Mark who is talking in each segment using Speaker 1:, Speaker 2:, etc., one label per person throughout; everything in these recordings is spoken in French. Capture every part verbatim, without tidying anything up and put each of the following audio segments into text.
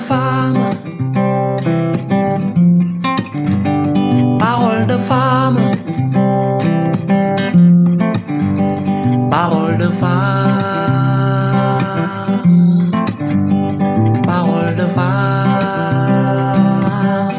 Speaker 1: femme, parole de femme, parole de femme, parole de femme.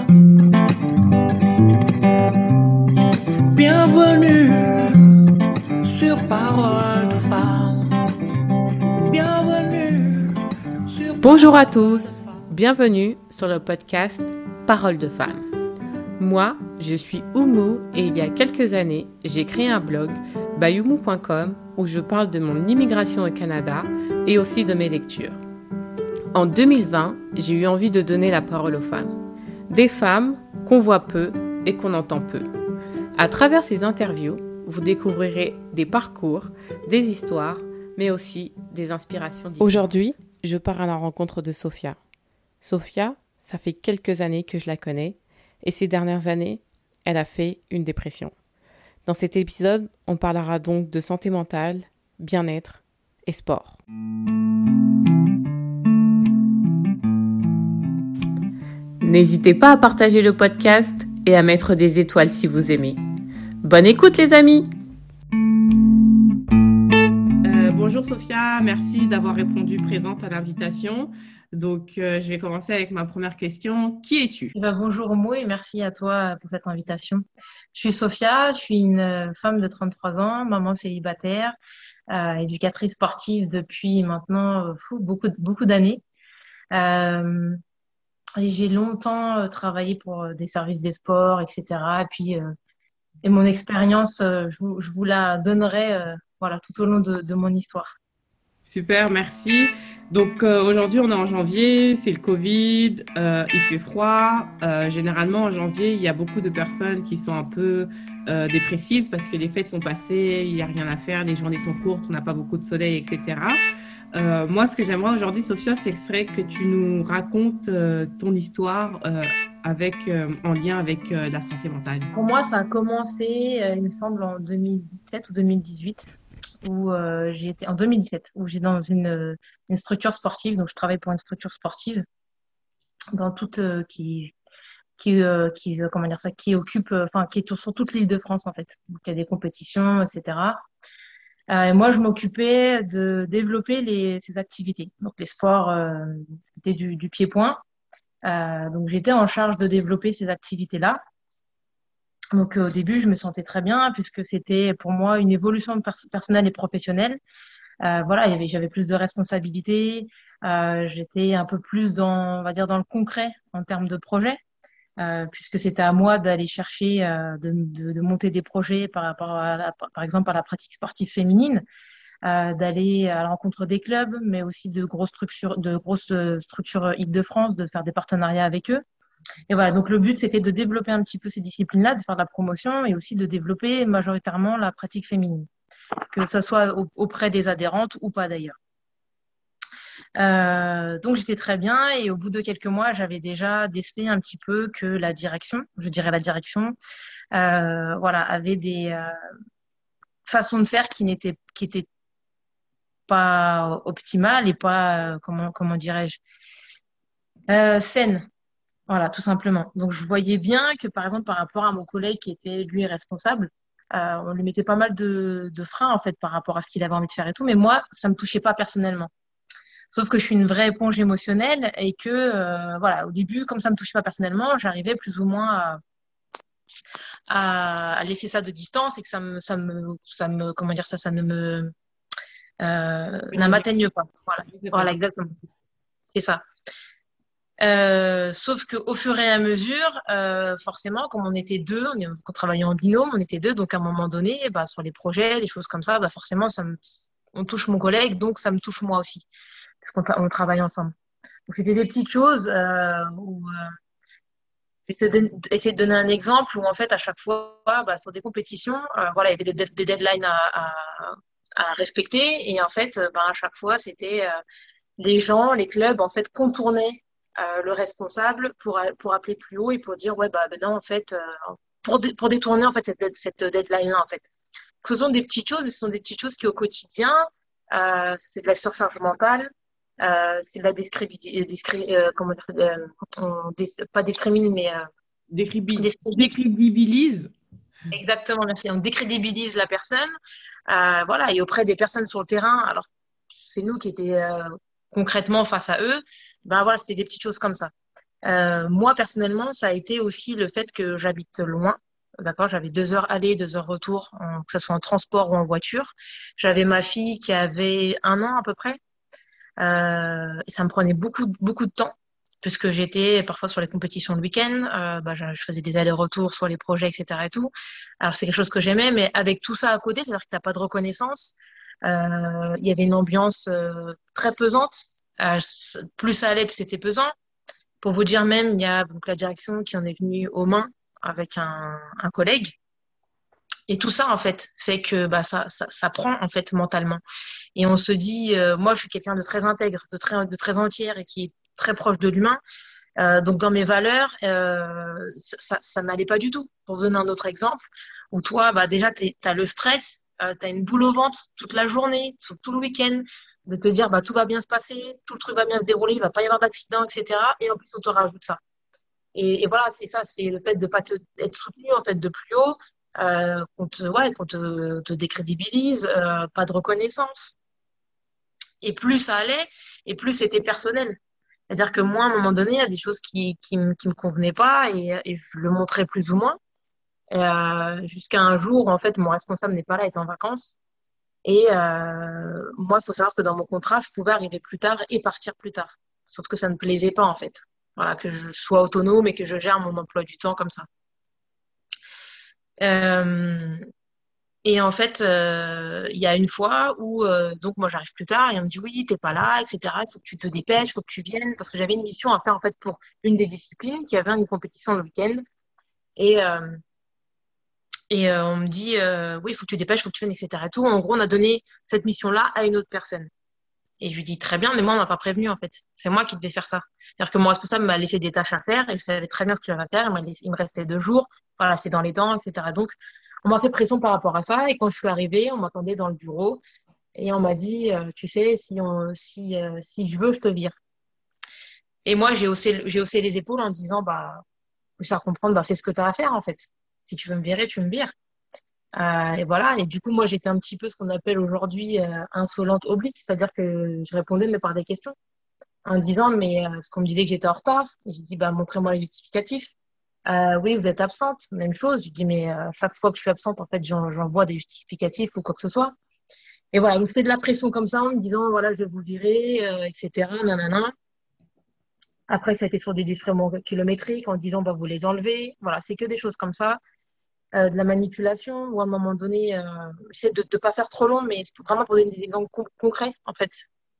Speaker 1: Bienvenue sur Parole de femme. Bienvenue sur
Speaker 2: Bonjour à tous, bienvenue sur le podcast Parole de femme. Moi, je suis Oumou et il y a quelques années, j'ai créé un blog by oumou point com où je parle de mon immigration au Canada et aussi de mes lectures. En deux mille vingt, j'ai eu envie de donner la parole aux femmes. Des femmes qu'on voit peu et qu'on entend peu. À travers ces interviews, vous découvrirez des parcours, des histoires, mais aussi des inspirations différentes. Aujourd'hui, je pars à la rencontre de Sophia. Sophia, ça fait quelques années que je la connais et ces dernières années, elle a fait une dépression. Dans cet épisode, on parlera donc de santé mentale, bien-être et sport. N'hésitez pas à partager le podcast et à mettre des étoiles si vous aimez. Bonne écoute les amis! Euh, bonjour Sophia, merci d'avoir répondu présente à l'invitation. Donc, euh, je vais commencer avec ma première question. Qui es-tu?
Speaker 3: Eh ben, bonjour Mo et merci à toi pour cette invitation. Je suis Sophia, je suis une euh, femme de trente-trois ans, maman célibataire, euh, éducatrice sportive depuis maintenant euh, fou, beaucoup, beaucoup d'années. Euh, et j'ai longtemps euh, travaillé pour euh, des services des sports, et cetera. Et puis, euh, et mon expérience, euh, je vous, je vous la donnerai euh, voilà, tout au long de, de mon histoire.
Speaker 2: Super, merci. Donc euh, aujourd'hui, on est en janvier, c'est le Covid, euh, il fait froid. Euh, généralement, en janvier, il y a beaucoup de personnes qui sont un peu euh, dépressives parce que les fêtes sont passées, il n'y a rien à faire, les journées sont courtes, on n'a pas beaucoup de soleil, et cetera. Euh, moi, ce que j'aimerais aujourd'hui, Sophia, ce serait que tu nous racontes euh, ton histoire euh, avec, euh, en lien avec euh, la santé mentale.
Speaker 3: Pour moi, ça a commencé, euh, il me semble, en deux mille dix-sept ou deux mille dix-huit. Où euh, j'ai été en deux mille dix-sept, où j'ai dans une, une structure sportive, donc je travaille pour une structure sportive dans toute euh, qui qui euh, qui euh, comment dire ça, qui occupe, euh, enfin qui est sur toute l'Île-de-France en fait. Donc il y a des compétitions, et cetera. Euh, et moi je m'occupais de développer les ces activités, donc les sports, euh, c'était du du pied-point. Euh, donc j'étais en charge de développer ces activités-là. Donc euh, au début, je me sentais très bien puisque c'était pour moi une évolution pers- personnelle et professionnelle. Euh, voilà, il y avait, j'avais plus de responsabilités, euh, j'étais un peu plus dans, on va dire, dans le concret en termes de projet, euh, puisque c'était à moi d'aller chercher, euh, de, de, de monter des projets par rapport à, la, par exemple, à la pratique sportive féminine, euh, d'aller à la rencontre des clubs, mais aussi de grosses structures, de grosses structures Île-de-France, de faire des partenariats avec eux. Et voilà, donc le but, c'était de développer un petit peu ces disciplines-là, de faire de la promotion et aussi de développer majoritairement la pratique féminine, que ce soit auprès des adhérentes ou pas d'ailleurs. Euh, donc j'étais très bien et au bout de quelques mois, j'avais déjà décelé un petit peu que la direction, je dirais la direction, euh, voilà, avait des euh, façons de faire qui n'étaient qui étaient pas optimales et pas euh, comment comment dirais-je euh, saines. Voilà, tout simplement. Donc, je voyais bien que, par exemple, par rapport à mon collègue qui était, lui, responsable, euh, on lui mettait pas mal de, de freins, en fait, par rapport à ce qu'il avait envie de faire et tout. Mais moi, ça me touchait pas personnellement. Sauf que je suis une vraie éponge émotionnelle et que, euh, voilà, au début, comme ça me touchait pas personnellement, j'arrivais plus ou moins à, à, à laisser ça de distance et que ça me, ça me, ça me, comment dire ça, ça ne me, euh, ne m'atteigne pas. Voilà, voilà, exactement. C'est ça. Euh, sauf que au fur et à mesure, euh, forcément, comme on était deux, on, est, on travaillait en binôme, on était deux, donc à un moment donné, bah, sur les projets, les choses comme ça, bah, forcément, ça me, on touche mon collègue, donc ça me touche moi aussi, parce qu'on on travaille ensemble. Donc c'était des petites choses euh, où euh, j'essaie de, essayer de donner un exemple où en fait à chaque fois, bah, sur des compétitions, euh, voilà, il y avait des, des deadlines à, à, à respecter, et en fait, bah, à chaque fois, c'était euh, les gens, les clubs, en fait, contournaient euh, le responsable pour, pour appeler plus haut et pour dire, ouais, bah, ben non, en fait, euh, pour, dé- pour détourner, en fait, cette, cette deadline-là, en fait. Ce sont des petites choses, mais ce sont des petites choses qui, au quotidien, euh, c'est de la surcharge mentale, Euh, c'est de la discrédit, discré- euh, comment dire, euh, on dis- pas discrimine, mais euh,
Speaker 2: Décribi-
Speaker 3: discrédite.
Speaker 2: Décrédibilise.
Speaker 3: Exactement, merci. On décrédibilise la personne, euh, voilà, et auprès des personnes sur le terrain. Alors, c'est nous qui étions euh, concrètement face à eux. Ben voilà, c'était des petites choses comme ça. Euh, moi, personnellement, ça a été aussi le fait que j'habite loin. D'accord, j'avais deux heures aller, deux heures retour, en- que ce soit en transport ou en voiture. J'avais ma fille qui avait un an à peu près. Euh, et ça me prenait beaucoup, beaucoup de temps, puisque j'étais parfois sur les compétitions le week-end. Euh, bah, je, je faisais des allers-retours sur les projets, et cetera et tout. Alors, c'est quelque chose que j'aimais, mais avec tout ça à côté, c'est-à-dire que t'as pas de reconnaissance. Euh, Il y avait une ambiance euh, très pesante. Euh, c- plus ça allait, plus c'était pesant. Pour vous dire même, il y a donc la direction qui en est venue aux mains avec un, un collègue. Et tout ça, en fait, fait que bah, ça, ça, ça prend, en fait, mentalement. Et on se dit, euh, moi, je suis quelqu'un de très intègre, de très, de très entière et qui est très proche de l'humain. Euh, donc, dans mes valeurs, euh, ça, ça, ça n'allait pas du tout. Pour vous donner un autre exemple, où toi, bah, déjà, tu as le stress, euh, tu as une boule au ventre toute la journée, tout, tout le week-end, de te dire, bah, tout va bien se passer, tout le truc va bien se dérouler, il va pas y avoir d'accident, et cetera. Et en plus, on te rajoute ça. Et, et voilà, c'est ça, c'est le fait de pas te, être soutenu en fait de plus haut, euh, qu'on te, ouais, qu'on te, te décrédibilise, euh, pas de reconnaissance. Et plus ça allait, et plus c'était personnel. C'est-à-dire que moi, à un moment donné, il y a des choses qui qui, me- qui me convenaient pas et, et je le montrais plus ou moins. Euh, jusqu'à un jour, en fait, mon responsable n'est pas là, il est en vacances. Et euh, moi, il faut savoir que dans mon contrat, je pouvais arriver plus tard et partir plus tard. Sauf que ça ne me plaisait pas, en fait. Voilà, que je sois autonome et que je gère mon emploi du temps comme ça. Euh, et en fait, euh, il y a une fois où euh, donc moi j'arrive plus tard et on me dit oui, t'es pas là, et cetera. Il faut que tu te dépêches, il faut que tu viennes parce que j'avais une mission à faire en fait pour une des disciplines qui avait une compétition le week-end. Et, euh, et euh, on me dit euh, oui, il faut que tu te dépêches, il faut que tu viennes, et cetera. Et tout. En gros, on a donné cette mission-là à une autre personne. Et je lui dis très bien, mais moi on m'a pas prévenu en fait. C'est moi qui devais faire ça. C'est-à-dire que mon responsable m'a laissé des tâches à faire et je savais très bien ce que j'avais à faire. Il, m'a laissé- il me restait deux jours. Voilà, c'est dans les dents, et cetera. Donc on m'a fait pression par rapport à ça. Et quand je suis arrivée, on m'attendait dans le bureau et on m'a dit, euh, tu sais, si, on, si, euh, si je veux, je te vire. Et moi, j'ai haussé, j'ai haussé les épaules en disant, bah, faut faire comprendre, bah, fais ce que tu as à faire, en fait. Si tu veux me virer, tu me vires. Euh, et voilà. Et du coup, moi, j'étais un petit peu ce qu'on appelle aujourd'hui euh, insolente oblique, c'est-à-dire que je répondais, mais par des questions, en disant, mais euh, parce qu'on me disait que j'étais en retard. Et j'ai dit, bah, montrez-moi les justificatifs. Euh, oui, vous êtes absente. Même chose. Je dis, mais euh, chaque fois que je suis absente, en fait, j'en- j'envoie des justificatifs ou quoi que ce soit. Et voilà, il me fait de la pression comme ça en me disant, voilà, je vais vous virer, euh, et cetera. Nanana. Après, ça a été sur des différents kilométriques en disant, bah, vous les enlevez. Voilà, c'est que des choses comme ça. Euh, de la manipulation, ou à un moment donné, euh, j'essaie de ne pas faire trop long, mais c'est vraiment pour donner des exemples con- concrets, en fait.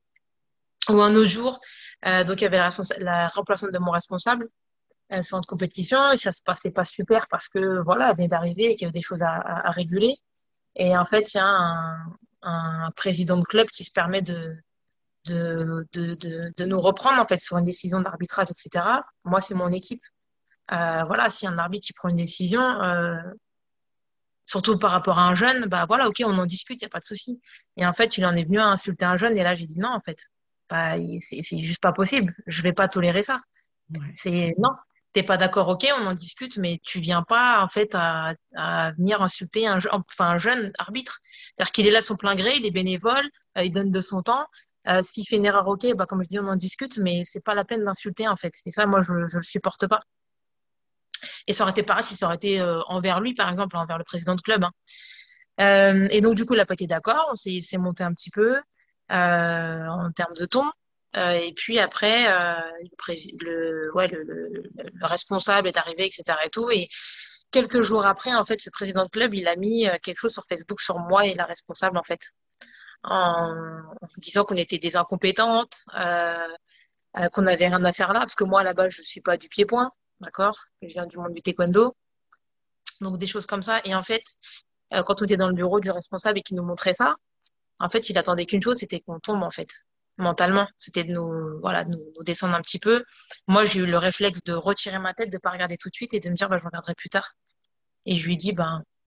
Speaker 3: Ou un autre jour, euh, donc il y avait la, responsa- la remplaçante de mon responsable euh, sur une compétition, et ça se passait pas super parce que, voilà, elle venait d'arriver et qu'il y avait des choses à, à, à réguler. Et en fait, il y a un, un président de club qui se permet de, de, de, de, de nous reprendre en fait sur une décision d'arbitrage, et cetera. Moi, c'est mon équipe. Euh, voilà, si un arbitre il prend une décision, euh, surtout par rapport à un jeune, bah voilà, ok, on en discute, il n'y a pas de souci. Et en fait, il en est venu à insulter un jeune, et là, j'ai dit non, en fait, bah, il- c'est c'est juste pas possible. Je vais pas tolérer ça.
Speaker 2: Ouais.
Speaker 3: C'est non. T'es pas d'accord, ok, on en discute, mais tu viens pas en fait à, à venir insulter un, je- enfin, un jeune arbitre. C'est-à-dire qu'il est là de son plein gré, il est bénévole, euh, il donne de son temps. Euh, s'il fait une erreur, ok, bah comme je dis, on en discute, mais c'est pas la peine d'insulter en fait. Et ça, moi, je, je le supporte pas. Et ça aurait été pareil si ça aurait été euh, envers lui, par exemple, envers le président de club, hein. Euh, et donc du coup, il a pas été d'accord. On s'est s'est monté un petit peu euh, en termes de ton. Euh, et puis après, euh, le, prési- le, ouais, le, le, le responsable est arrivé, et cetera et tout. Et quelques jours après, en fait, ce président de club, il a mis euh, quelque chose sur Facebook sur moi et la responsable, en fait, en, en disant qu'on était des incompétentes, euh, euh, qu'on n'avait rien à faire là, parce que moi, là-bas, je suis pas du pied-point, d'accord? Je viens du monde du taekwondo, donc des choses comme ça. Et en fait, euh, quand on était dans le bureau du responsable et qu'il nous montrait ça, en fait, il attendait qu'une chose, c'était qu'on tombe, en fait, mentalement. C'était de nous, voilà, de nous, nous descendre un petit peu. Moi, j'ai eu le réflexe de retirer ma tête, de pas regarder tout de suite et de me dire, bah, je regarderai plus tard. Et je lui dis, ben,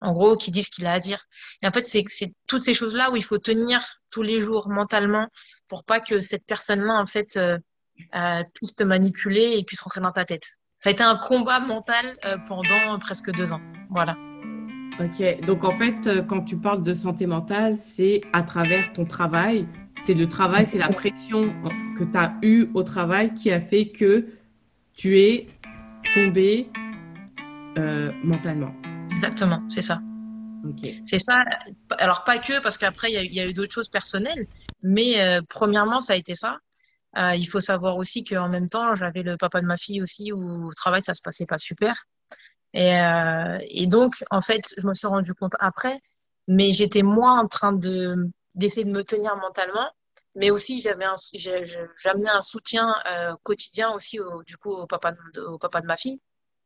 Speaker 3: en gros, qui dit ce qu'il a à dire. Et en fait, c'est, c'est toutes ces choses-là où il faut tenir tous les jours mentalement pour pas que cette personne-là, en fait, euh, euh, puisse te manipuler et puisse rentrer dans ta tête. Ça a été un combat mental euh, pendant presque deux ans. Voilà.
Speaker 2: Ok, donc en fait, euh, quand tu parles de santé mentale, c'est à travers ton travail. C'est le travail, c'est la pression que tu as eue au travail qui a fait que tu es tombé euh, mentalement.
Speaker 3: Exactement, c'est ça.
Speaker 2: Ok.
Speaker 3: C'est ça. Alors, pas que, parce qu'après, il y a, il y a eu d'autres choses personnelles. Mais euh, premièrement, ça a été ça. Euh, il faut savoir aussi qu'en même temps, j'avais le papa de ma fille aussi, où au travail, ça se passait pas super. Et, euh, et donc, en fait, je me suis rendu compte après, mais j'étais moins en train de d'essayer de me tenir mentalement, mais aussi j'avais un, j'ai- je- j'amenais un soutien euh, quotidien aussi au, du coup au papa de, au papa de ma fille.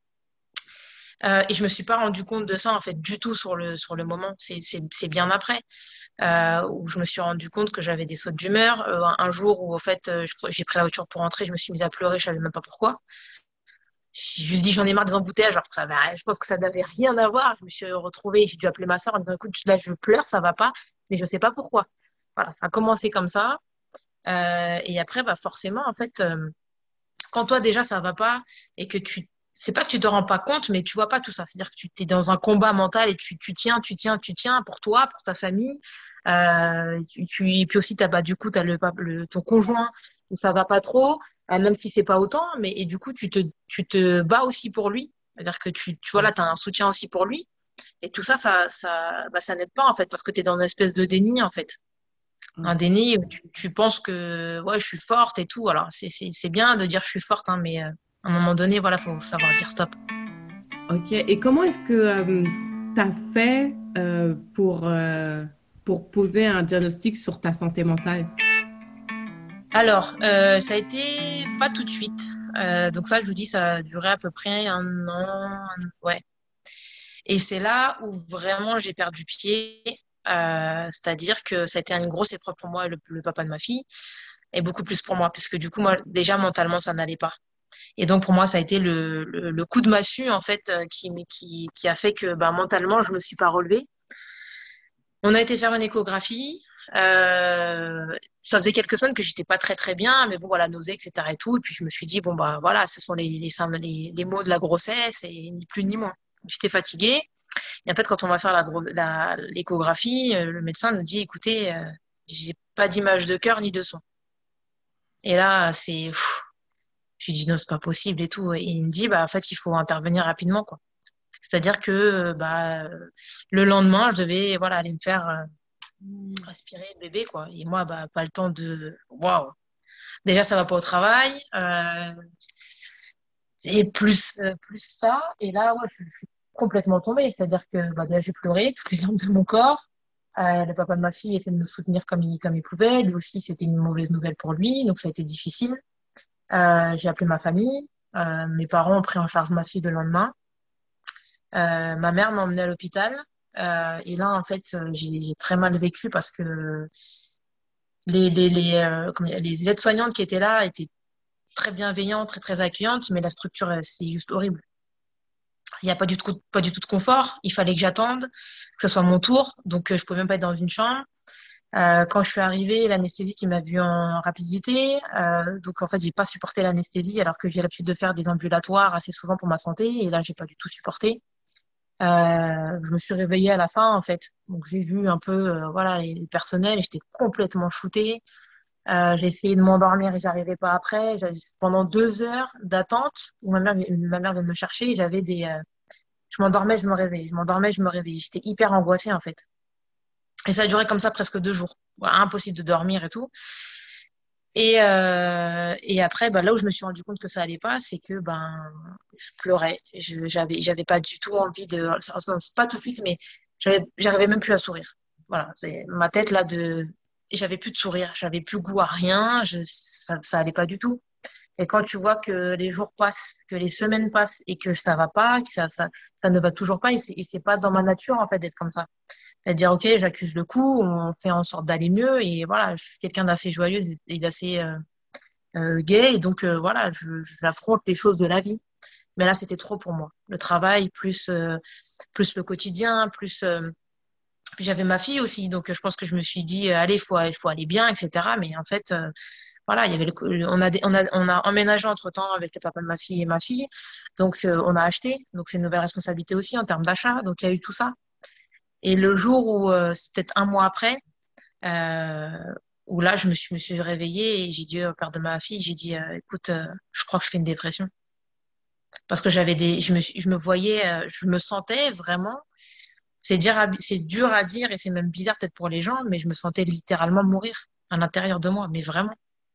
Speaker 3: Euh, et je me suis pas rendu compte de ça en fait du tout sur le sur le moment. C'est c'est c'est bien après euh, où je me suis rendu compte que j'avais des sautes d'humeur. Euh, un, un jour où en fait euh, je crois- j'ai pris la voiture pour rentrer, je me suis mise à pleurer, je savais même pas pourquoi. J'ai juste dit j'en ai marre des embouteillages, alors que ça avait, je pense que ça n'avait rien à voir. Je me suis retrouvée, j'ai dû appeler ma soeur en disant écoute, là je pleure, ça va pas, mais je sais pas pourquoi. Voilà, ça a commencé comme ça. Euh, et après, bah forcément, en fait, euh, quand toi déjà ça va pas et que tu, c'est pas que tu te rends pas compte, mais tu vois pas tout ça. C'est-à-dire que tu es dans un combat mental et tu, tu tiens, tu tiens, tu tiens pour toi, pour ta famille. Euh, tu, tu- et puis aussi, t'as, bah, du coup, tu as le, le, ton conjoint où ça va pas trop, euh, même si c'est pas autant, mais et du coup, tu te, tu te bats aussi pour lui. C'est-à-dire que tu, tu vois là, tu as un soutien aussi pour lui. Et tout ça, ça, ça, bah, ça n'aide pas en fait, parce que tu es dans une espèce de déni en fait. Un
Speaker 2: Ok.
Speaker 3: déni où tu, tu penses que ouais, je suis forte et tout. Alors, c'est, c'est, c'est bien de dire je suis forte, hein, mais euh, à un moment donné, voilà, faut savoir dire stop.
Speaker 2: Ok. Et comment est-ce que tu as fait euh, pour, euh, pour poser un diagnostic sur ta santé mentale?
Speaker 3: Alors, euh, ça a été pas tout de suite. Euh, donc ça, je vous dis, ça a duré à peu près un an. un- Ouais. Et c'est là où vraiment j'ai perdu pied. Euh, c'est-à-dire que ça a été une grosse épreuve pour moi, le, le papa de ma fille, et beaucoup plus pour moi, parce que du coup, moi, déjà mentalement, ça n'allait pas. Et donc pour moi, ça a été le, le, le coup de massue en fait euh, qui, qui, qui a fait que bah, mentalement, je me suis pas relevée. On a été faire une échographie. Euh, ça faisait quelques semaines que j'étais pas très très bien, mais bon voilà, nausée, et cetera et tout. Et puis je me suis dit bon bah voilà, ce sont les les, sym- les, les maux de la grossesse et ni plus ni moins. J'étais fatiguée. Et en fait, quand on va faire la gros- la- l'échographie, euh, le médecin nous dit écoutez, euh, j'ai pas d'image de cœur ni de son. Et là, c'est, pff, je lui dis non, c'est pas possible et tout. Et il me dit bah en fait, il faut intervenir rapidement quoi. C'est-à-dire que euh, bah euh, le lendemain, je devais voilà aller me faire euh, respirer le bébé, quoi. Et moi, bah, pas le temps de... Waouh! Déjà, ça va pas au travail. Euh, et plus, euh, plus ça. Et là, ouais, je, je suis complètement tombée. C'est-à-dire que bah, déjà, j'ai pleuré toutes les larmes de mon corps. Euh, le papa de ma fille essaie de me soutenir comme il, comme il pouvait. Lui aussi, c'était une mauvaise nouvelle pour lui. Donc, ça a été difficile. Euh, j'ai appelé ma famille. Euh, mes parents ont pris en charge ma fille le lendemain. Euh, ma mère m'a emmenée à l'hôpital. Euh, et là, en fait, euh, j'ai j'ai très mal vécu parce que les, les, les, euh, comment dire, les aides-soignantes qui étaient là étaient très bienveillantes, très, très accueillantes, mais la structure, euh, c'est juste horrible. Il n'y a pas du tout, pas du tout de confort. Il fallait que j'attende, que ce soit mon tour. Donc, euh, je pouvais même pas être dans une chambre. Euh, quand je suis arrivée, l'anesthésiste, il m'a vue en rapidité. Euh, donc, en fait, j'ai pas supporté l'anesthésie alors que j'ai l'habitude de faire des ambulatoires assez souvent pour ma santé. Et là, j'ai pas du tout supporté. Euh, je me suis réveillée à la fin, en fait. Donc, j'ai vu un peu, euh, voilà, les, les personnels. J'étais complètement shootée. Euh, j'ai essayé de m'endormir et j'arrivais pas après. J'avais- Pendant deux heures d'attente, où ma mère, ma mère vient me chercher, j'avais des, euh, je m'endormais, je me réveillais, je m'endormais, je me réveillais. J'étais hyper angoissée en fait. Et ça a duré comme ça presque deux jours. Voilà, impossible de dormir et tout. Et, euh, et après, bah, là où je me suis rendu compte que ça allait pas, c'est que ben, je pleurais. Je, j'avais, j'avais pas du tout envie de, enfin, pas tout de suite, mais j'avais, j'arrivais même plus à sourire. Voilà, c'est ma tête là de, et j'avais plus de sourire, j'avais plus goût à rien, je, ça, ça allait pas du tout. Et quand tu vois que les jours passent, que les semaines passent et que ça va pas, que ça, ça, ça ne va toujours pas, et c'est, et c'est pas dans ma nature en fait d'être comme ça. C'est-à-dire, ok, j'accuse le coup, on fait en sorte d'aller mieux, et voilà, je suis quelqu'un d'assez joyeux et d'assez euh, euh, gay, et donc euh, voilà, je, j'affronte les choses de la vie. Mais là, c'était trop pour moi. Le travail, plus, euh, plus le quotidien, plus, euh, puis j'avais ma fille aussi. Donc, je pense que je me suis dit, euh, allez, il faut, il faut aller bien, et cetera. Mais en fait, euh, voilà, il y avait le, le- on a, des- on a, on a emménagé entre-temps avec le papa de ma fille et ma fille. Donc, euh, on a acheté. Donc, c'est une nouvelle responsabilité aussi en termes d'achat. Donc, il y a eu tout ça. Et le jour où, euh, c'est peut-être un mois après, euh, où là, je me suis, me suis réveillée et j'ai dit au père de ma fille, j'ai dit, euh, écoute, euh, je crois que je fais une dépression. Parce que j'avais des, je me, suis- je me voyais, euh, je me sentais vraiment, c'est dire, à- c'est dur à dire et c'est même bizarre peut-être pour les gens, mais je me sentais littéralement mourir à l'intérieur de moi, mais vraiment.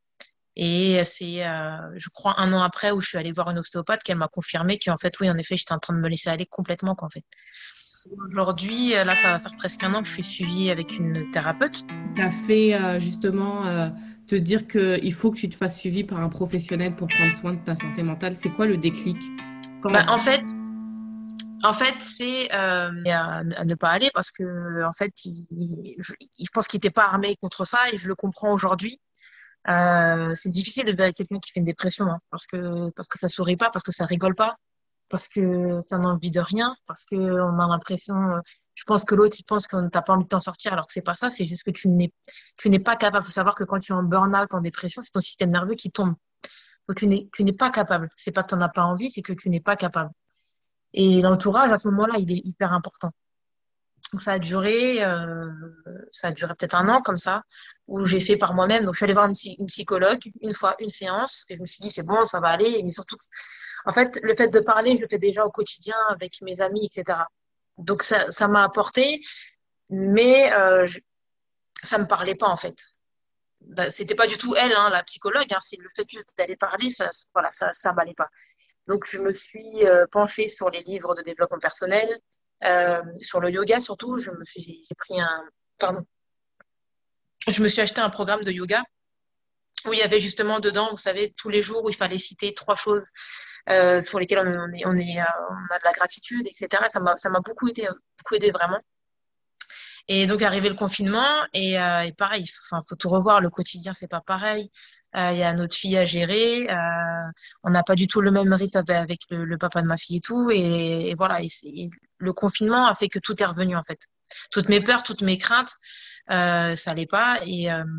Speaker 3: Et c'est, euh, je crois, un an après où je suis allée voir une ostéopathe qu'elle m'a confirmé qu'en fait, oui, en effet, j'étais en train de me laisser aller complètement, quoi, en fait. Aujourd'hui, euh, là, ça va faire presque un an que je suis suivie avec une thérapeute.
Speaker 2: T'as fait euh, justement euh, te dire qu'il faut que tu te fasses suivi par un professionnel pour prendre soin de ta santé mentale. C'est quoi le déclic?
Speaker 3: Bah,
Speaker 2: Quand...
Speaker 3: en fait, en fait, c'est euh, à, à ne pas aller parce que, en fait, il, je, je pense qu'il n'était pas armé contre ça et je le comprends aujourd'hui. Euh, c'est difficile de avec quelqu'un qui fait une dépression, hein, parce que parce que ça sourit pas, parce que ça rigole pas, parce que ça n'a envie de rien, parce que on a l'impression, euh, je pense que l'autre il pense que t'as pas envie de t'en sortir, alors que c'est pas ça, c'est juste que tu n'es tu n'es pas capable. Faut savoir que quand tu es en burn-out, en dépression, c'est ton système nerveux qui tombe. Donc tu n'es tu n'es pas capable. C'est pas que t'en as pas envie, c'est que tu n'es pas capable. Et l'entourage à ce moment-là, il est hyper important. Donc, ça a duré, euh, ça a duré peut-être un an comme ça, où j'ai fait par moi-même. Donc, je suis allée voir une, psy- une psychologue une fois, une séance, et je me suis dit, c'est bon, ça va aller. Mais surtout, en fait, le fait de parler, je le fais déjà au quotidien avec mes amis, et cetera. Donc, ça, ça m'a apporté, mais euh, je, ça me parlait pas, en fait. Bah, c'était pas du tout elle, hein, la psychologue, hein, c'est le fait juste d'aller parler, ça, ça- voilà, ça, ça m'allait pas. Donc, je me suis euh, penchée sur les livres de développement personnel, euh, sur le yoga surtout. Je me suis, j'ai pris un, pardon, je me suis acheté un programme de yoga où il y avait justement dedans, vous savez, tous les jours où il fallait citer trois choses euh, sur lesquelles on, on est, on est, euh, on a de la gratitude, et cetera. Ça m'a, ça m'a beaucoup aidé, beaucoup aidé vraiment. Et donc, arrivé le confinement, et, euh, et pareil, enfin, faut tout revoir. Le quotidien, c'est pas pareil. Euh, Il y a notre fille à gérer. Euh, on n'a pas du tout le même rythme avec avec le, le papa de ma fille et tout. Et, et voilà. Et c'est- et le confinement a fait que tout est revenu, en fait. Toutes mes peurs, toutes mes craintes, euh, ça allait pas. Et, euh,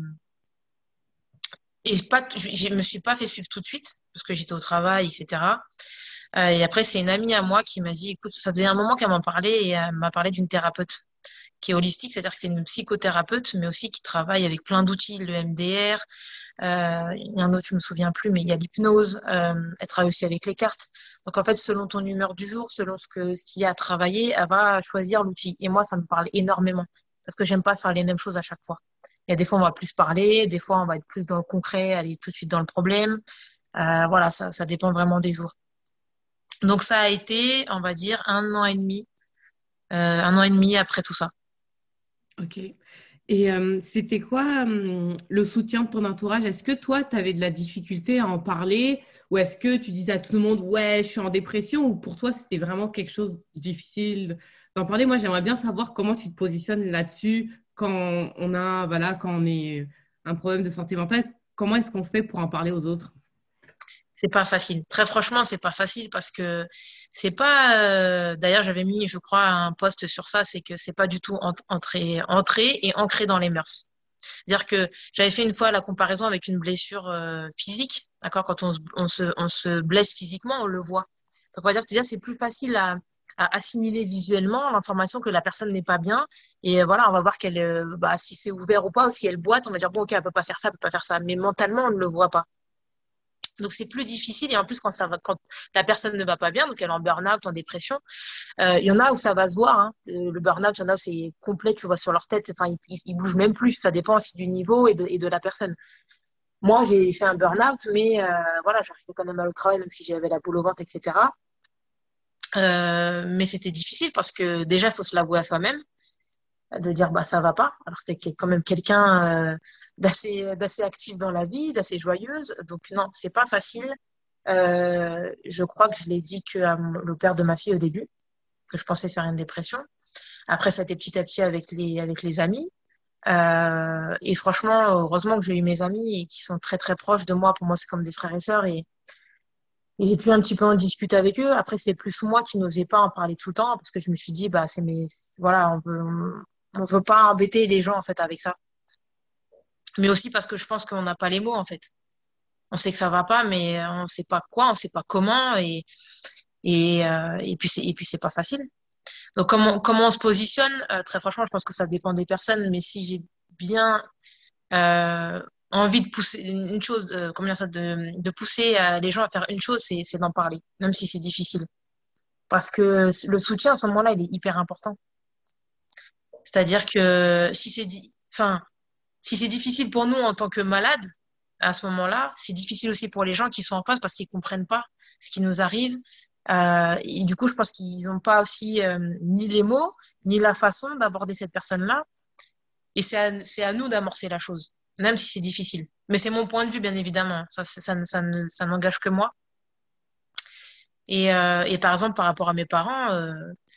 Speaker 3: et pas, je, je me suis pas fait suivre tout de suite parce que j'étais au travail, et cetera. Euh, et après, c'est une amie à moi qui m'a dit, écoute, ça faisait un moment qu'elle m'en parlait et elle m'a parlé d'une thérapeute qui est holistique, c'est-à-dire que c'est une psychothérapeute, mais aussi qui travaille avec plein d'outils, le M D R, euh, il y a un autre, je me souviens plus, mais il y a l'hypnose, euh, elle travaille aussi avec les cartes. Donc en fait, selon ton humeur du jour, selon ce que ce qu'il y a à travailler, elle va choisir l'outil. Et moi, ça me parle énormément parce que j'aime pas faire les mêmes choses à chaque fois. Il y a des fois, on va plus parler, des fois, on va être plus dans le concret, aller tout de suite dans le problème. Euh, voilà, ça, ça dépend vraiment des jours. Donc ça a été, on va dire, un an et demi, euh, un an et demi après tout ça.
Speaker 2: Ok. Et euh, c'était quoi hum, le soutien de ton entourage? Est-ce que toi, tu avais de la difficulté à en parler ou est-ce que tu disais à tout le monde, ouais, je suis en dépression ou pour toi, c'était vraiment quelque chose de difficile d'en parler? Moi, j'aimerais bien savoir comment tu te positionnes là-dessus quand on a, voilà, quand on est un problème de santé mentale. Comment est-ce qu'on fait pour en parler aux autres?
Speaker 3: C'est pas facile. Très franchement, c'est pas facile parce que c'est pas. euh, D'ailleurs, j'avais mis, je crois, un post sur ça, c'est que c'est pas du tout ent- entré, entré et ancré dans les mœurs. C'est-à-dire que j'avais fait une fois la comparaison avec une blessure euh, physique, d'accord? Quand on se, on se, on se blesse physiquement, on le voit. Donc, on va dire que déjà, c'est plus facile à, à assimiler visuellement l'information que la personne n'est pas bien. Et euh, voilà, on va voir qu'elle, euh, bah, si c'est ouvert ou pas, ou si elle boite, on va dire, bon, ok, elle peut pas faire ça, elle peut pas faire ça. Mais mentalement, on ne le voit pas. Donc c'est plus difficile et en plus quand ça va, quand la personne ne va pas bien, donc elle est en burn-out, en dépression, euh, il y en a où ça va se voir. Hein. Euh, Le burn-out, il y en a où c'est complet, tu vois sur leur tête, enfin ils, ils, ils bougent même plus. Ça dépend aussi du niveau et de, et de la personne. Moi j'ai fait un burn-out, mais euh, voilà, j'arrivais quand même à aller au travail même si j'avais la boule au ventre, et cetera. Euh, mais c'était difficile parce que déjà il faut se l'avouer à soi-même, de dire bah ça va pas, alors que t'es quand même quelqu'un euh, d'assez d'assez actif dans la vie, d'assez joyeuse. Donc non, c'est pas facile. Euh, je crois que je l'ai dit que à mon- le père de ma fille au début, que je pensais faire une dépression. Après, ça a été petit à petit avec les, avec les amis. Euh, et franchement, heureusement que j'ai eu mes amis et qui sont très très proches de moi. Pour moi, c'est comme des frères et sœurs. Et, Et j'ai pu un petit peu en discuter avec eux. Après, c'est plus moi qui n'osais pas en parler tout le temps parce que je me suis dit, bah, c'est mes, voilà, on veut, on veut pas embêter les gens, en fait, avec ça. Mais aussi parce que je pense qu'on n'a pas les mots, en fait. On sait que ça va pas, mais on sait pas quoi, on sait pas comment et, et, euh, et puis c'est, et puis c'est pas facile. Donc, comment, comment on se positionne? Euh, très franchement, je pense que ça dépend des personnes, mais si j'ai bien, euh, envie de pousser une chose, euh, comment dire ça, de, de pousser euh, les gens à faire une chose, c'est, c'est d'en parler, même si c'est difficile. Parce que le soutien à ce moment-là, il est hyper important. C'est-à-dire que si c'est di- enfin, si c'est difficile pour nous en tant que malades, à ce moment-là, c'est difficile aussi pour les gens qui sont en face parce qu'ils comprennent pas ce qui nous arrive. Euh, et du coup, je pense qu'ils n'ont pas aussi euh, ni les mots, ni la façon d'aborder cette personne-là. Et c'est à, c'est à nous d'amorcer la chose, même si c'est difficile. Mais c'est mon point de vue, bien évidemment. Ça, c'est- ça, ne- ça, ne- ça n'engage que moi. Et, euh, et par exemple, par rapport à mes parents, euh,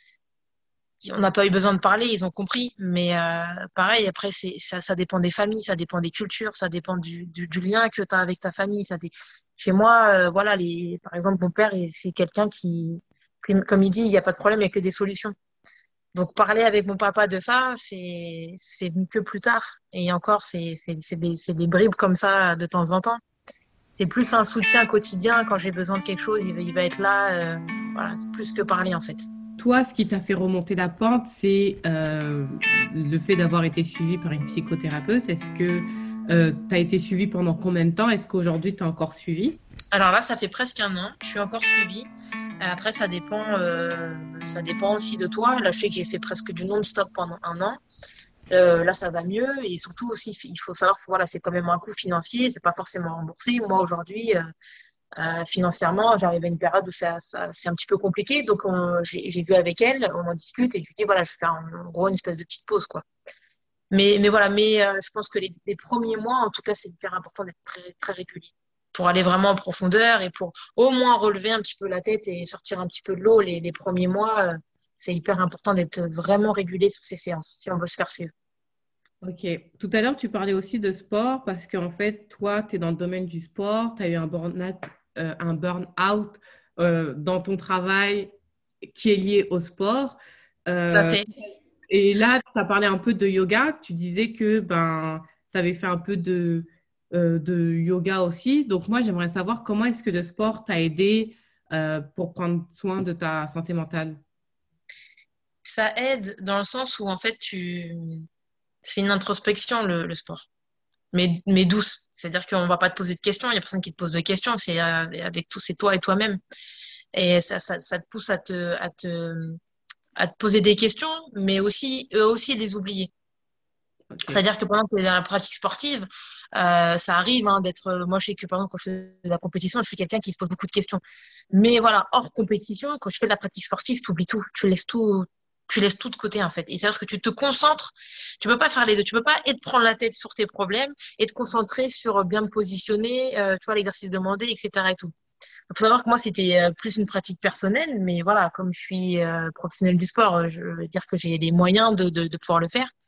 Speaker 3: on n'a pas eu besoin de parler, ils ont compris. Mais euh, pareil, après, c'est, ça, ça dépend des familles, ça dépend des cultures, ça dépend du, du, du lien que tu as avec ta famille. Ça dé- Chez moi, euh, voilà, les, par exemple, mon père, il- c'est quelqu'un qui, qui- comme il dit, il n'y a pas de problème, il n'y a que des solutions. Donc, parler avec mon papa de ça, c'est, c'est venu que plus tard. Et encore, c'est, c'est, c'est des, c'est des bribes comme ça de temps en temps. C'est plus un soutien quotidien quand j'ai besoin de quelque chose, il va, il va être là, euh, voilà, plus que parler en fait.
Speaker 2: Toi, ce qui t'a fait remonter la pente, c'est euh, le fait d'avoir été suivi par une psychothérapeute. Est-ce que tu as été suivi pendant combien de temps? Est-ce qu'aujourd'hui, tu es encore suivi?
Speaker 3: Alors là, ça fait presque un an, je suis encore suivie. Après, ça dépend, euh, ça dépend aussi de toi. Là, je sais que j'ai fait presque du non-stop pendant un an. Euh, là, ça va mieux et surtout aussi, il faut savoir que voilà, c'est quand même un coût financier, c'est pas forcément remboursé. Moi, aujourd'hui, euh, euh, financièrement, j'arrive à une période où ça, ça, c'est un petit peu compliqué. Donc, on- j'ai j'ai vu avec elle, on en discute et je lui dis, voilà, je vais faire en gros une espèce de petite pause, quoi. Mais, mais voilà, mais euh, je pense que les, les premiers mois, en tout cas, c'est hyper important d'être très, très régulier pour aller vraiment en profondeur et pour au moins relever un petit peu la tête et sortir un petit peu de l'eau. Les, les premiers mois, euh, c'est hyper important d'être vraiment régulier sur ces séances si on veut se faire suivre.
Speaker 2: Ok. Tout à l'heure, tu parlais aussi de sport parce qu'en fait, toi, tu es dans le domaine du sport, tu as eu un burn-out, euh, un burn-out euh, dans ton travail qui est lié au sport.
Speaker 3: Tout à
Speaker 2: Euh,
Speaker 3: fait.
Speaker 2: et là, tu as parlé un peu de yoga. Tu disais que ben, tu avais fait un peu de, euh, de yoga aussi. Donc, moi, j'aimerais savoir comment est-ce que le sport t'a aidé euh, pour prendre soin de ta santé mentale.
Speaker 3: Ça aide dans le sens où en fait, tu... c'est une introspection le, le sport. Mais, mais douce. C'est-à-dire qu'on va pas te poser de questions, il y a personne qui te pose de questions, c'est euh, avec tout, c'est toi et toi-même. Et ça, ça, ça te pousse à te, à te, à te poser des questions, mais aussi, eux aussi, les oublier.
Speaker 2: Ok.
Speaker 3: C'est-à-dire que pendant que tu es dans la pratique sportive, euh, ça arrive hein, d'être. Moi, je sais que par exemple, quand je fais de la compétition, je suis quelqu'un qui se pose beaucoup de questions. Mais voilà, hors compétition, quand je fais de la pratique sportive, tu oublies tout. Tu laisses tout. Tu laisses tout de côté en fait. Et c'est-à-dire que tu te concentres. Tu peux pas faire les deux. Tu peux pas et te prendre la tête sur tes problèmes et te concentrer sur bien me positionner, euh, tu vois, l'exercice demandé, et cetera et tout. Il faut savoir que moi, c'était euh, plus une pratique personnelle, mais voilà, comme je suis euh, professionnelle du sport, euh, je veux dire que j'ai les moyens de, de, de pouvoir le faire.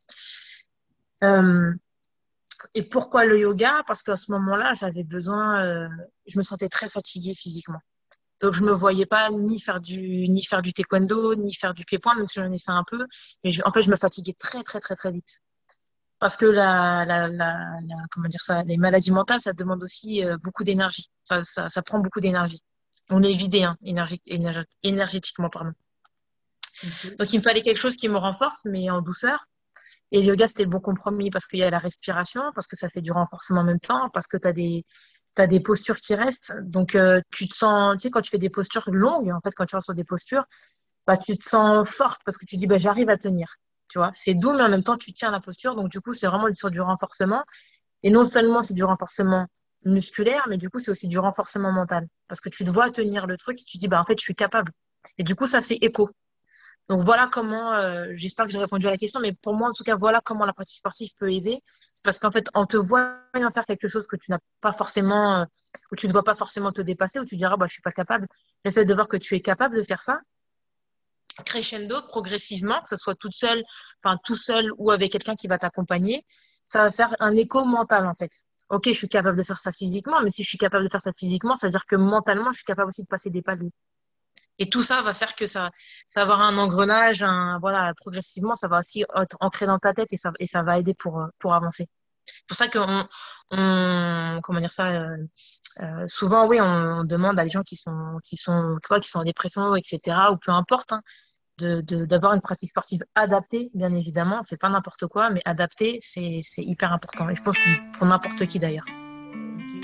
Speaker 3: Euh, et pourquoi le yoga? Parce qu'à ce moment-là, j'avais besoin, euh, je me sentais très fatiguée physiquement. Donc je me voyais pas ni faire du ni faire du taekwondo, ni faire du pied-point, même si j'en ai fait un peu. Mais je- en fait, je me fatiguais très très très très vite. Parce que la, la, la, la- comment dire ça, les maladies mentales, ça demande aussi euh, beaucoup d'énergie. Ça, ça, ça prend beaucoup d'énergie. On est vidé, hein, énergie, énergie- énergétiquement, pardon.
Speaker 2: Ok.
Speaker 3: Donc il me fallait quelque chose qui me renforce, mais en douceur. Et le yoga, c'était le bon compromis parce qu'il y a la respiration, parce que ça fait du renforcement en même temps, parce que tu as des, t'as des postures qui restent. Donc, euh, tu te sens, tu sais, quand tu fais des postures longues, en fait, quand tu restes sur des postures, bah, tu te sens forte parce que tu dis, bah, j'arrive à tenir. Tu vois, c'est doux, mais en même temps, tu tiens la posture. Donc, du coup, c'est vraiment sur du renforcement. Et non seulement c'est du renforcement musculaire, mais du coup, c'est aussi du renforcement mental. Parce que tu te vois tenir le truc et tu te dis, bah, en fait, je suis capable. Et du coup, ça fait écho. Donc voilà comment, euh, j'espère que j'ai répondu à la question, mais pour moi en tout cas, voilà comment la pratique sportive peut aider. C'est parce qu'en fait, en te voyant faire quelque chose que tu n'as pas forcément, euh, où tu ne dois pas forcément te dépasser, où tu diras, bah, je suis pas capable, le fait de voir que tu es capable de faire ça, crescendo, progressivement, que ce soit toute seule, enfin tout seul ou avec quelqu'un qui va t'accompagner, ça va faire un écho mental en fait. ok, je suis capable de faire ça physiquement, mais si je suis capable de faire ça physiquement, ça veut dire que mentalement, je suis capable aussi de passer des paliers. Et tout ça va faire que ça, ça va avoir un engrenage, un, voilà, progressivement, ça va aussi être ancré dans ta tête et ça, et ça va aider pour, euh, pour avancer. C'est pour ça qu'on, on, comment dire ça, euh, euh, souvent, oui, on, on demande à des gens qui sont, qui sont, tu vois, qui sont en dépression, et cetera, ou peu importe, hein, de, de, d'avoir une pratique sportive adaptée, bien évidemment. On fait pas n'importe quoi, mais adaptée, c'est, c'est hyper important. Et je pense que pour n'importe qui d'ailleurs.
Speaker 2: Ok.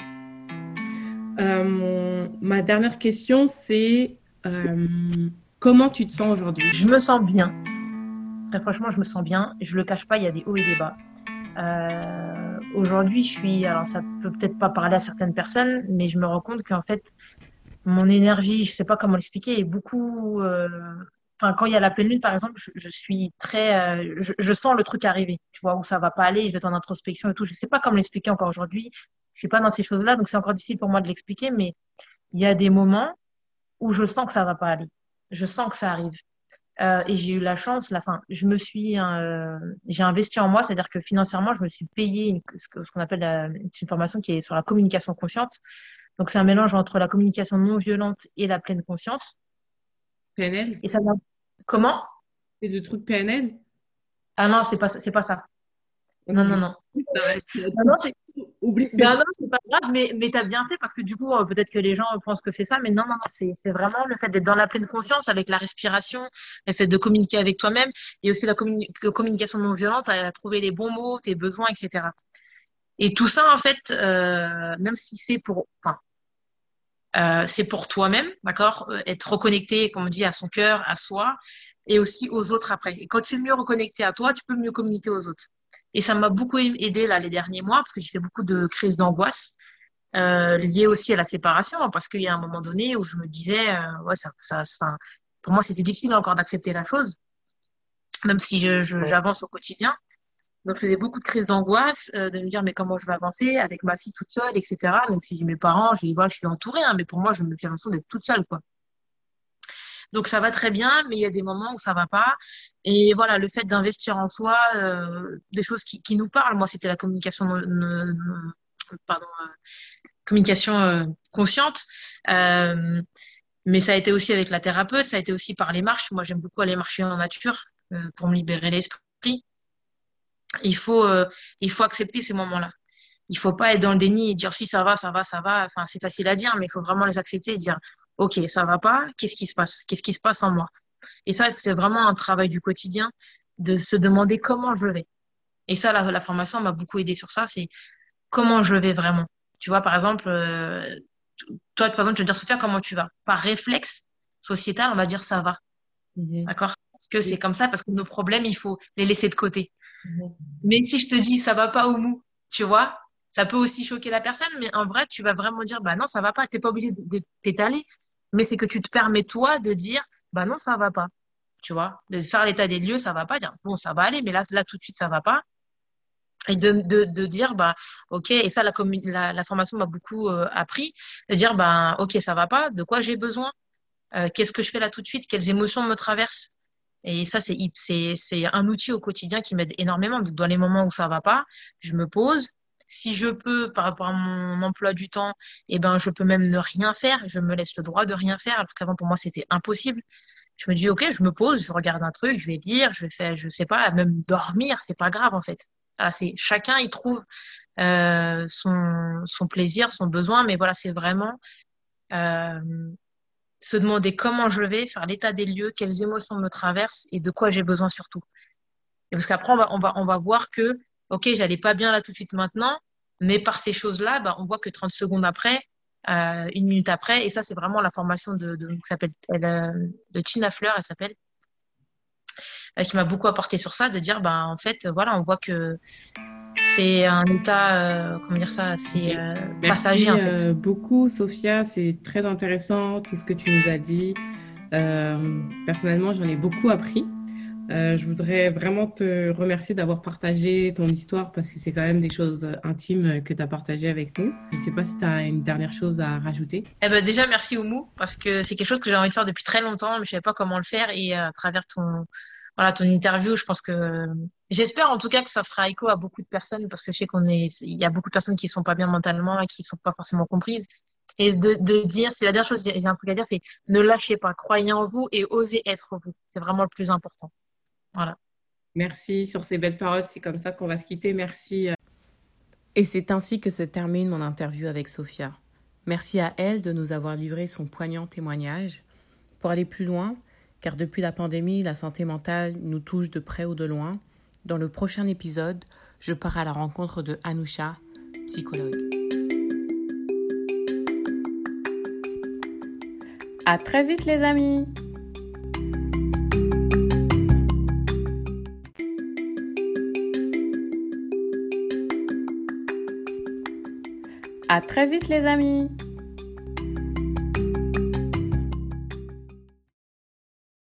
Speaker 2: Euh, mon- ma dernière question, c'est euh, comment tu te sens aujourd'hui?
Speaker 3: Je me sens bien. Très franchement, je me sens bien. Je le cache pas, il y a des hauts et des bas. Euh, aujourd'hui, je suis, alors ça peut peut-être pas parler à certaines personnes, mais je me rends compte qu'en fait, mon énergie, je sais pas comment l'expliquer, est beaucoup. euh, Enfin, quand il y a la pleine lune, par exemple, je, je suis très, euh, je, je sens le truc arriver. Tu vois où ça va pas aller, je vais être en introspection et tout. Je sais pas comment l'expliquer encore aujourd'hui. Je suis pas dans ces choses-là, donc c'est encore difficile pour moi de l'expliquer. Mais il y a des moments où je sens que ça va pas aller. Je sens que ça arrive. Euh, et j'ai eu la chance, la fin, je me suis, euh, j'ai investi en moi, c'est-à-dire que financièrement, je me suis payé une- ce que- ce qu'on appelle la- une formation qui est sur la communication consciente. Donc, c'est un mélange entre la communication non violente et la pleine conscience.
Speaker 2: P N L?
Speaker 3: Et ça m'a... Comment?
Speaker 2: C'est le truc P N L?
Speaker 3: Ah non, c'est pas, ça- c'est pas ça.
Speaker 2: Ok.
Speaker 3: Non, non, non.
Speaker 2: Ça reste-
Speaker 3: Non, non, c'est,
Speaker 2: Oublie ce que
Speaker 3: non,
Speaker 2: c'est.
Speaker 3: non, c'est pas grave, mais, mais t'as bien fait parce que du coup, euh, peut-être que les gens pensent que c'est ça, mais non, non, non, c'est, c'est vraiment le fait d'être dans la pleine conscience avec la respiration, le fait de communiquer avec toi-même et aussi la communi- que- communication non violente, à trouver les bons mots, tes besoins, et cetera. Et tout ça, en fait, euh, même si c'est pour, enfin, euh, c'est pour toi-même, d'accord? Euh, Être reconnecté, comme on dit, à son cœur, à soi, et aussi aux autres après. Et quand tu es mieux reconnecté à toi, tu peux mieux communiquer aux autres. Et ça m'a beaucoup aidé là les derniers mois parce que j'ai fait beaucoup de crises d'angoisse euh, liées aussi à la séparation, hein, parce qu'il y a un moment donné où je me disais, euh, ouais, ça, ça, enfin, pour moi c'était difficile encore d'accepter la chose, même si je, je- j'avance au quotidien. Donc, je faisais beaucoup de crises d'angoisse, euh, de me dire, mais comment je vais avancer avec ma fille toute seule, et cetera. Même si j'ai mes parents, je dis, voilà, je suis entourée, hein, mais pour moi, je me j'ai l'impression d'être toute seule, quoi. Donc, ça va très bien, mais il y a des moments où ça va pas. Et voilà, le fait d'investir en soi, euh, des choses qui, qui nous parlent. Moi, c'était la communication, non- non- non- pardon, euh, communication euh, consciente. Euh, mais ça a été aussi avec la thérapeute, ça a été aussi par les marches. Moi, j'aime beaucoup aller marcher en nature euh, pour me libérer l'esprit. Il faut, euh, il faut accepter ces moments-là. Il faut pas être dans le déni et dire si ça va, ça va, ça va. Enfin, c'est facile à dire, mais il faut vraiment les accepter et dire ok, ça va pas, qu'est-ce qui se passe? Qu'est-ce qui se passe en moi? Et ça, c'est vraiment un travail du quotidien de se demander comment je vais. Et ça, la, la formation m'a beaucoup aidé sur ça, c'est comment je vais vraiment. Tu vois, par exemple, euh, toi, par exemple, tu vas dire Sophia, comment tu vas? Par réflexe sociétal, on va dire ça va.
Speaker 2: Mhm.
Speaker 3: D'accord? Parce que c'est comme ça, parce que nos problèmes, il faut les laisser de côté.
Speaker 2: Mhm.
Speaker 3: Mais si je te dis ça va pas au mou, tu vois, ça peut aussi choquer la personne, mais en vrai, tu vas vraiment dire bah non, ça va pas, t'es pas obligé de de t'étaler, mais c'est que tu te permets toi de dire bah non, ça va pas, tu vois, de faire l'état des lieux, ça va pas, dire bon, ça va aller, mais là, là tout de suite, ça va pas, et de, de, de dire bah ok, et ça, la, commu- la, la formation m'a beaucoup euh, appris, de dire bah ok, ça va pas, de quoi j'ai besoin. Euh, qu'est-ce que je fais là tout de suite? Quelles émotions me traversent? Et ça, c'est, c'est, c'est un outil au quotidien qui m'aide énormément. Donc, dans les moments où ça va pas, je me pose. Si je peux, par rapport à mon emploi du temps, eh ben, je peux même ne rien faire. Je me laisse le droit de rien faire, alors qu'avant, pour moi, c'était impossible. Je me dis, OK, je me pose, je regarde un truc, je vais lire, je vais faire, je sais pas, même dormir, c'est pas grave, en fait. Voilà, c'est, chacun, il trouve, euh, son, son plaisir, son besoin, mais voilà, c'est vraiment, euh, se demander comment je vais, faire l'état des lieux, quelles émotions me traversent et de quoi j'ai besoin surtout. Et parce qu'après, on va, on va, on va voir que, OK, j'allais pas bien là tout de suite maintenant, mais par ces choses-là, bah, on voit que trente secondes après, euh, une minute après, et ça, c'est vraiment la formation de, de, qui s'appelle, elle, euh, de Tina Fleur, elle s'appelle, euh, qui m'a beaucoup apporté sur ça, de dire, bah, en fait, voilà, on voit que c'est un état, euh, comment dire ça, c'est
Speaker 2: Ok.
Speaker 3: euh, passager,
Speaker 2: Merci
Speaker 3: en fait.
Speaker 2: euh, beaucoup, Sophia. C'est très intéressant tout ce que tu nous as dit. Euh, personnellement, j'en ai beaucoup appris. Euh, je voudrais vraiment te remercier d'avoir partagé ton histoire parce que c'est quand même des choses intimes que tu as partagées avec nous. Je ne sais pas si tu as une dernière chose à rajouter.
Speaker 3: Eh ben, déjà, merci Oumou, parce que c'est quelque chose que j'ai envie de faire depuis très longtemps, mais je savais pas comment le faire, et euh, à travers ton voilà, ton interview, je pense que j'espère en tout cas que ça fera écho à beaucoup de personnes parce que je sais qu'on est, il y a beaucoup de personnes qui sont pas bien mentalement et qui sont pas forcément comprises. Et de, de dire, c'est la dernière chose, j'ai un truc à dire, c'est ne lâchez pas, croyez en vous et osez être vous. C'est vraiment le plus important. Voilà.
Speaker 2: Merci sur ces belles paroles. C'est comme ça qu'on va se quitter. Merci. Et c'est ainsi que se termine mon interview avec Sophia. Merci à elle de nous avoir livré son poignant témoignage. Pour aller plus loin, car depuis la pandémie, la santé mentale nous touche de près ou de loin, dans le prochain épisode, je pars à la rencontre de Anousha, psychologue. À très vite les amis! À très vite les amis!